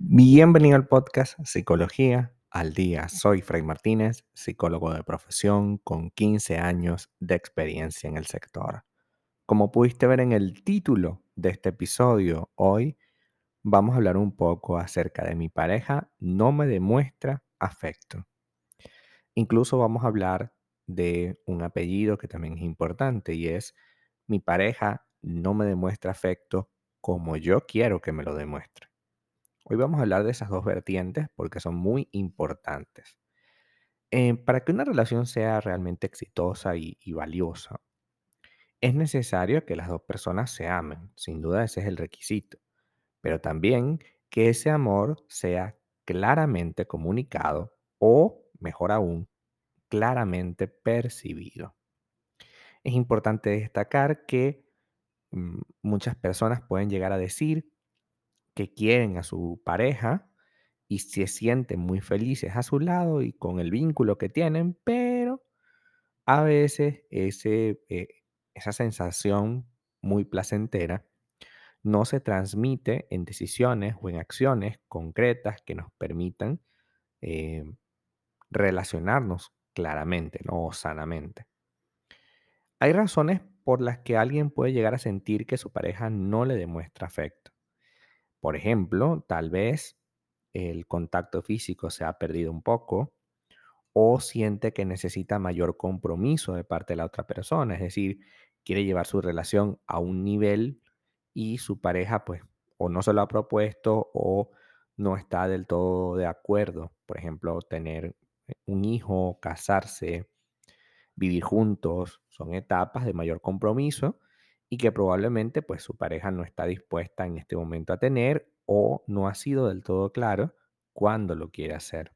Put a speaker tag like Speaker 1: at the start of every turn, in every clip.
Speaker 1: Bienvenido al podcast Psicología al Día. Soy Fray Martínez, psicólogo de profesión con 15 años de experiencia en el sector. Como pudiste ver en el título de este episodio, hoy vamos a hablar un poco acerca de mi pareja no me demuestra afecto. Incluso vamos a hablar de un apellido que también es importante y es mi pareja no me demuestra afecto como yo quiero que me lo demuestre. Hoy vamos a hablar de esas dos vertientes porque son muy importantes. Para que una relación sea realmente exitosa y valiosa, es necesario que las dos personas se amen. Sin duda ese es el requisito. Pero también que ese amor sea claramente comunicado o, mejor aún, claramente percibido. Es importante destacar que muchas personas pueden llegar a decir que quieren a su pareja y se sienten muy felices a su lado y con el vínculo que tienen, pero a veces esa sensación muy placentera no se transmite en decisiones o en acciones concretas que nos permitan eh, relacionarnos claramente, ¿no? O sanamente. Hay razones por las que alguien puede llegar a sentir que su pareja no le demuestra afecto. Por ejemplo, tal vez el contacto físico se ha perdido un poco o siente que necesita mayor compromiso de parte de la otra persona, es decir, quiere llevar su relación a un nivel y su pareja pues o no se lo ha propuesto o no está del todo de acuerdo. Por ejemplo, tener un hijo, casarse, vivir juntos, son etapas de mayor compromiso y que probablemente pues su pareja no está dispuesta en este momento a tener o no ha sido del todo claro cuándo lo quiere hacer.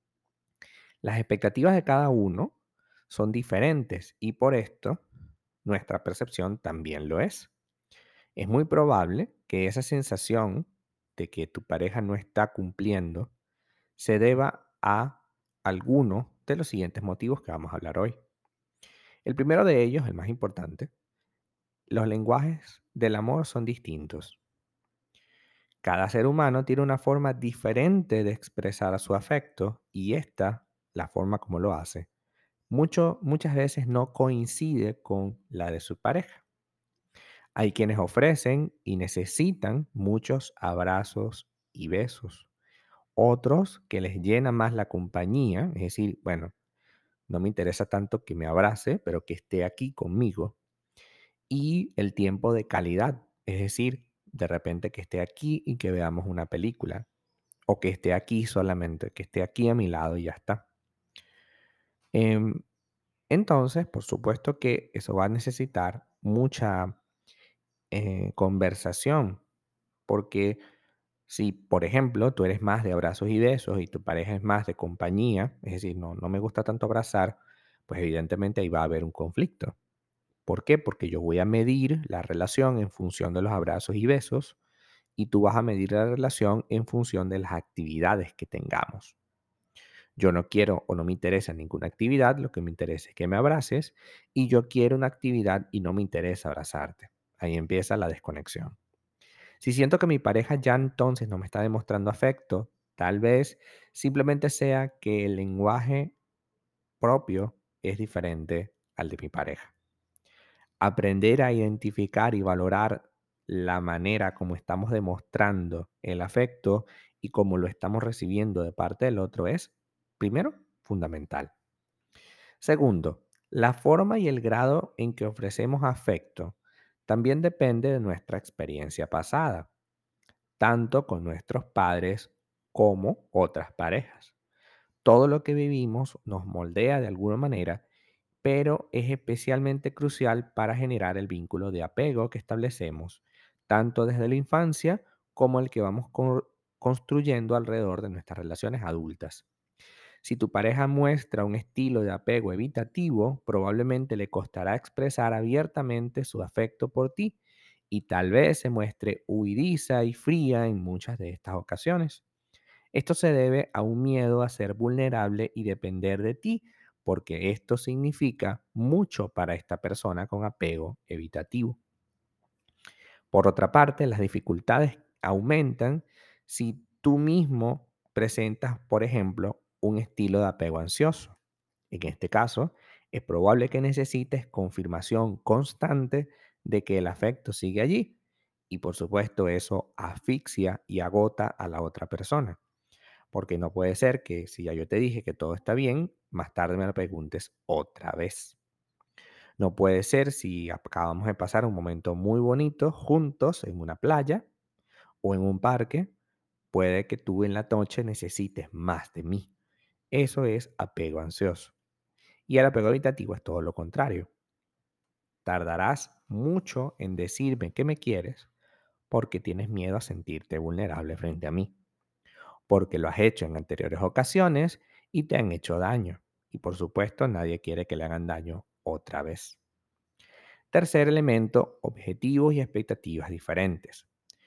Speaker 1: Las expectativas de cada uno son diferentes y por esto nuestra percepción también lo es. Es muy probable que esa sensación de que tu pareja no está cumpliendo se deba a alguno de los siguientes motivos que vamos a hablar hoy. El primero de ellos, el más importante, los lenguajes del amor son distintos. Cada ser humano tiene una forma diferente de expresar su afecto y esta, la forma como lo hace, muchas veces no coincide con la de su pareja. Hay quienes ofrecen y necesitan muchos abrazos y besos. Otros que les llena más la compañía, es decir, bueno, no me interesa tanto que me abrace, pero que esté aquí conmigo. Y el tiempo de calidad, es decir, de repente que esté aquí y que veamos una película, o que esté aquí solamente, que esté aquí a mi lado y ya está. Em, entonces, por supuesto que eso va a necesitar mucha conversación, porque si, por ejemplo, tú eres más de abrazos y besos y tu pareja es más de compañía, es decir, no me gusta tanto abrazar, pues evidentemente ahí va a haber un conflicto. ¿Por qué? Porque yo voy a medir la relación en función de los abrazos y besos y tú vas a medir la relación en función de las actividades que tengamos. Yo no quiero o no me interesa ninguna actividad, lo que me interesa es que me abraces y yo quiero una actividad y no me interesa abrazarte. Ahí empieza la desconexión. Si siento que mi pareja ya entonces no me está demostrando afecto, tal vez simplemente sea que el lenguaje propio es diferente al de mi pareja. Aprender a identificar y valorar la manera como estamos demostrando el afecto y cómo lo estamos recibiendo de parte del otro es, primero, fundamental. Segundo, la forma y el grado en que ofrecemos afecto también depende de nuestra experiencia pasada, tanto con nuestros padres como otras parejas. Todo lo que vivimos nos moldea de alguna manera, pero es especialmente crucial para generar el vínculo de apego que establecemos, tanto desde la infancia como el que vamos construyendo alrededor de nuestras relaciones adultas. Si tu pareja muestra un estilo de apego evitativo, probablemente le costará expresar abiertamente su afecto por ti y tal vez se muestre huidiza y fría en muchas de estas ocasiones. Esto se debe a un miedo a ser vulnerable y depender de ti, porque esto significa mucho para esta persona con apego evitativo. Por otra parte, las dificultades aumentan si Tú mismo presentas, por ejemplo, un estilo de apego ansioso. En este caso, es probable que necesites confirmación constante de que el afecto sigue allí. Y por supuesto, eso asfixia y agota a la otra persona. Porque no puede ser que si ya yo te dije que todo está bien, más tarde me lo preguntes otra vez. No puede ser si acabamos de pasar un momento muy bonito juntos en una playa o en un parque, puede que tú en la noche necesites más de mí. Eso es apego ansioso. Y el apego evitativo es todo lo contrario. Tardarás mucho en decirme que me quieres porque tienes miedo a sentirte vulnerable frente a mí, porque lo has hecho en anteriores ocasiones y te han hecho daño. Y por supuesto, nadie quiere que le hagan daño otra vez. Tercer elemento, objetivos y expectativas diferentes.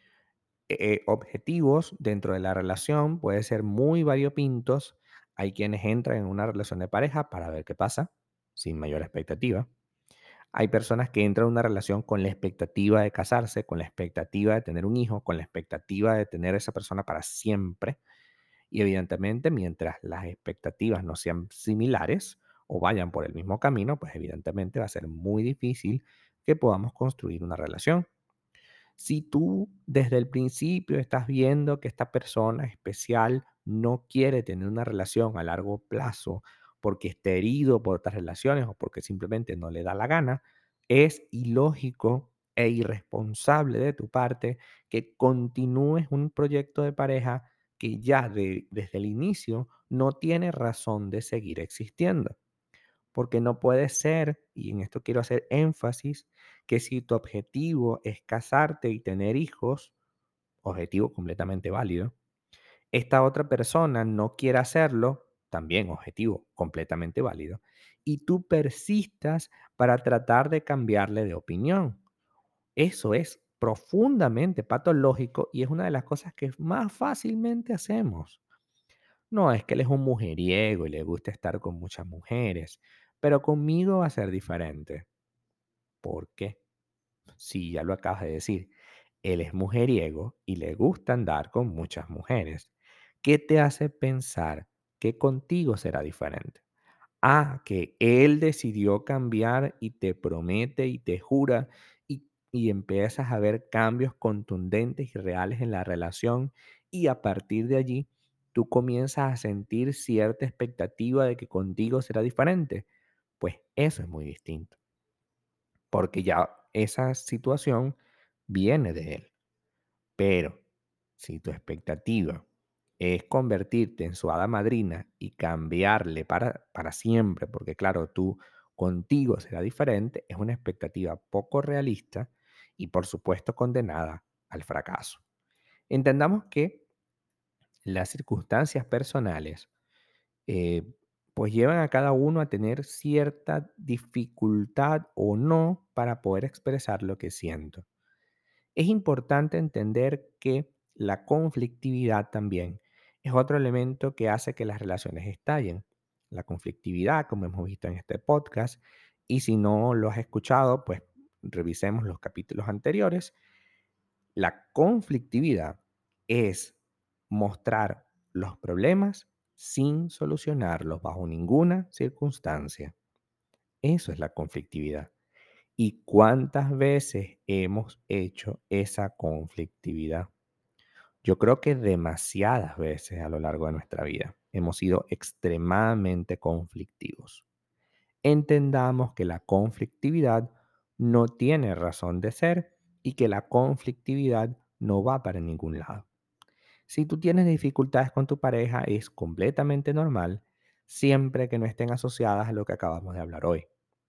Speaker 1: Objetivos dentro de la relación puede ser muy variopintos. Hay quienes entran en una relación de pareja para ver qué pasa, sin mayor expectativa. Hay personas que entran en una relación con la expectativa de casarse, con la expectativa de tener un hijo, con la expectativa de tener a esa persona para siempre. Y evidentemente, mientras las expectativas no sean similares o vayan por el mismo camino, pues evidentemente va a ser muy difícil que podamos construir una relación. Si tú desde el principio estás viendo que esta persona especial no quiere tener una relación a largo plazo porque está herido por otras relaciones o porque simplemente no le da la gana, es ilógico e irresponsable de tu parte que continúes un proyecto de pareja que ya desde el inicio no tiene razón de seguir existiendo. Porque no puede ser, y en esto quiero hacer énfasis, que si tu objetivo es casarte y tener hijos, objetivo completamente válido, esta otra persona no quiere hacerlo, también objetivo completamente válido, y tú persistas para tratar de cambiarle de opinión. Eso es profundamente patológico y es una de las cosas que más fácilmente hacemos. No, es que él es un mujeriego y le gusta estar con muchas mujeres, pero conmigo va a ser diferente. ¿Por qué? Si ya lo acabas de decir, él es mujeriego y le gusta andar con muchas mujeres. ¿Qué te hace pensar que contigo será diferente? Ah, que él decidió cambiar y te promete y te jura y empiezas a ver cambios contundentes y reales en la relación y a partir de allí tú comienzas a sentir cierta expectativa de que contigo será diferente. Pues eso es muy distinto, porque ya esa situación viene de él. Pero si tu expectativa es convertirte en su hada madrina y cambiarle para siempre, porque claro, tú contigo será diferente, es una expectativa poco realista y por supuesto condenada al fracaso. Entendamos que las circunstancias personales eh, pues llevan a cada uno a tener cierta dificultad o no para poder expresar lo que siento. Es importante entender que la conflictividad también es otro elemento que hace que las relaciones estallen. La conflictividad, como hemos visto en este podcast, y si no lo has escuchado, pues revisemos los capítulos anteriores. La conflictividad es mostrar los problemas sin solucionarlos bajo ninguna circunstancia. Eso es la conflictividad. ¿Y cuántas veces hemos hecho esa conflictividad? Yo creo que demasiadas veces a lo largo de nuestra vida hemos sido extremadamente conflictivos. Entendamos que la conflictividad no tiene razón de ser y que la conflictividad no va para ningún lado. Si tú tienes dificultades con tu pareja es completamente normal siempre que no estén asociadas a lo que acabamos de hablar hoy.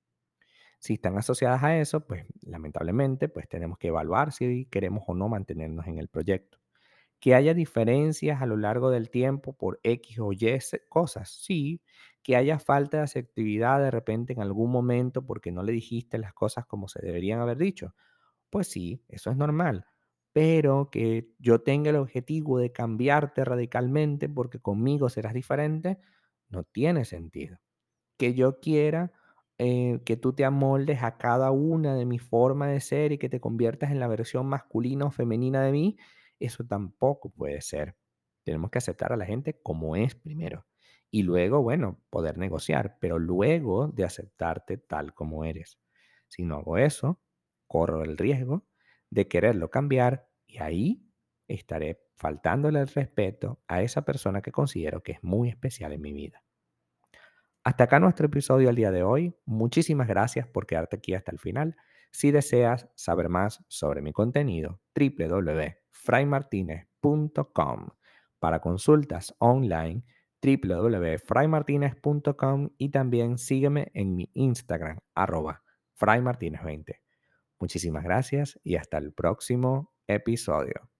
Speaker 1: Si están asociadas a eso, pues lamentablemente, pues tenemos que evaluar si queremos o no mantenernos en el proyecto. Que haya diferencias a lo largo del tiempo por X o Y cosas, sí. Que haya falta de asertividad de repente en algún momento porque no le dijiste las cosas como se deberían haber dicho. Pues sí, eso es normal. Pero que yo tenga el objetivo de cambiarte radicalmente porque conmigo serás diferente, no tiene sentido. Que yo quiera que tú te amoldes a cada una de mi forma de ser y que te conviertas en la versión masculina o femenina de mí, eso tampoco puede ser. Tenemos que aceptar a la gente como es primero. Y luego, bueno, poder negociar, pero luego de aceptarte tal como eres. Si no hago eso, corro el riesgo de quererlo cambiar y ahí estaré faltándole el respeto a esa persona que considero que es muy especial en mi vida. Hasta acá nuestro episodio al día de hoy. Muchísimas gracias por quedarte aquí hasta el final. Si deseas saber más sobre mi contenido, www.fraymartinez.com. Para consultas online, www.fraymartinez.com y también sígueme en mi Instagram, @fraymartinez20. Muchísimas gracias y hasta el próximo episodio.